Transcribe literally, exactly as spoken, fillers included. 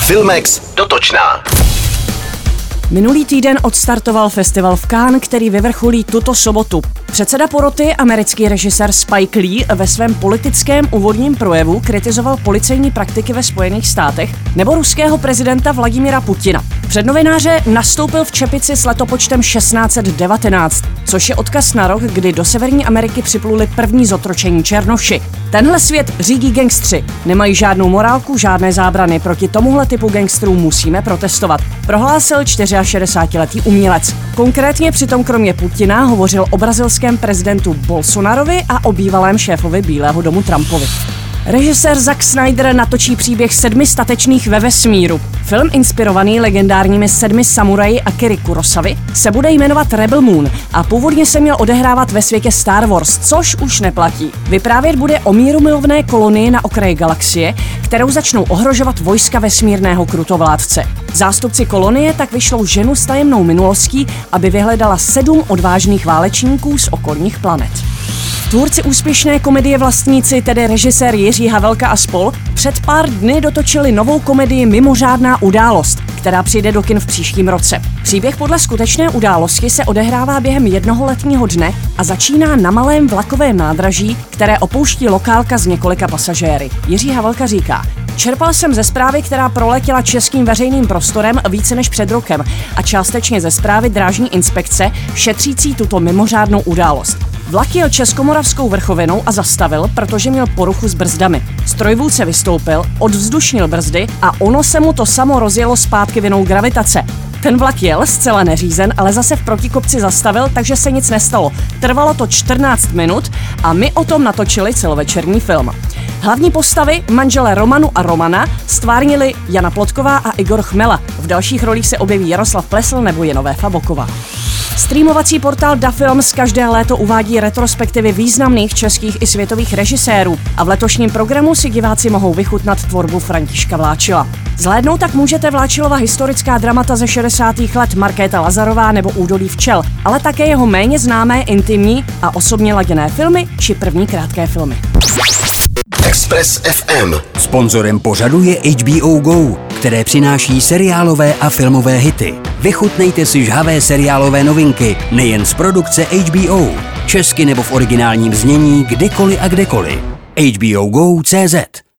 Filmex dotočná. Minulý týden odstartoval festival v Cannes, který vyvrcholí tuto sobotu. Předseda poroty, americký režisér Spike Lee, ve svém politickém úvodním projevu kritizoval policejní praktiky ve Spojených státech nebo ruského prezidenta Vladimira Putina. Před novináře nastoupil v čepici s letopočtem šestnáct set devatenáct, což je odkaz na rok, kdy do Severní Ameriky připluli první zotročení černoši. Tenhle svět řídí gangstři. Nemají žádnou morálku, žádné zábrany. Proti tomuhle typu gangstrů musíme protestovat, prohlásil šedesátičtyřletý umělec. Konkrétně přitom kromě Putina hovořil o brazilském prezidentu Bolsonarovi a o bývalém šéfovi Bílého domu Trumpovi. Režisér Zack Snyder natočí příběh sedmi statečných ve vesmíru. Film inspirovaný legendárními sedmi samuraji Akiry Kurosavy se bude jmenovat Rebel Moon a původně se měl odehrávat ve světě Star Wars, což už neplatí. Vyprávět bude o mírumilovné kolonii na okraji galaxie, kterou začnou ohrožovat vojska vesmírného krutovládce. Zástupci kolonie tak vyšlou ženu s tajemnou minulostí, aby vyhledala sedm odvážných válečníků z okolních planet. Tvůrci úspěšné komedie Vlastníci, tedy režisér Jiří Havelka a spol, před pár dny dotočili novou komedii Mimořádná událost, která přijde do kin v příštím roce. Příběh podle skutečné události se odehrává během jednoho letního dne a začíná na malém vlakovém nádraží, které opouští lokálka s několika pasažéry. Jiří Havelka říká: Čerpal jsem ze zprávy, která proletěla českým veřejným prostorem více než před rokem a částečně ze zprávy Drážní inspekce šetřící tuto mimořádnou událost. Vlak jel Českomoravskou vrchovinou a zastavil, protože měl poruchu s brzdami. Strojvůdce vystoupil, odvzdušnil brzdy a ono se mu to samo rozjelo zpátky vinou gravitace. Ten vlak jel zcela neřízen, ale zase v protikopci zastavil, takže se nic nestalo. Trvalo to čtrnáct minut a my o tom natočili celovečerní film. Hlavní postavy, manželé Romanu a Romana, stvárnili Jana Plotková a Igor Chmela. V dalších rolích se objeví Jaroslav Plesl nebo Jenové Faboková. Streamovací portál DaFilms každé léto uvádí retrospektivy významných českých i světových režisérů a v letošním programu si diváci mohou vychutnat tvorbu Františka Vláčila. Zhlédnout tak můžete Vláčilova historická dramata ze šedesátých let Markéta Lazarová nebo Údolí včel, ale také jeho méně známé, intimní a osobně laděné filmy či první krátké filmy. Express ef em. Sponzorem pořadu je H B O Go, které přináší seriálové a filmové hity. Vychutnejte si žhavé seriálové novinky nejen z produkce H B O, česky nebo v originálním znění kdykoliv a kdekoliv. H B O Go tečka cé zet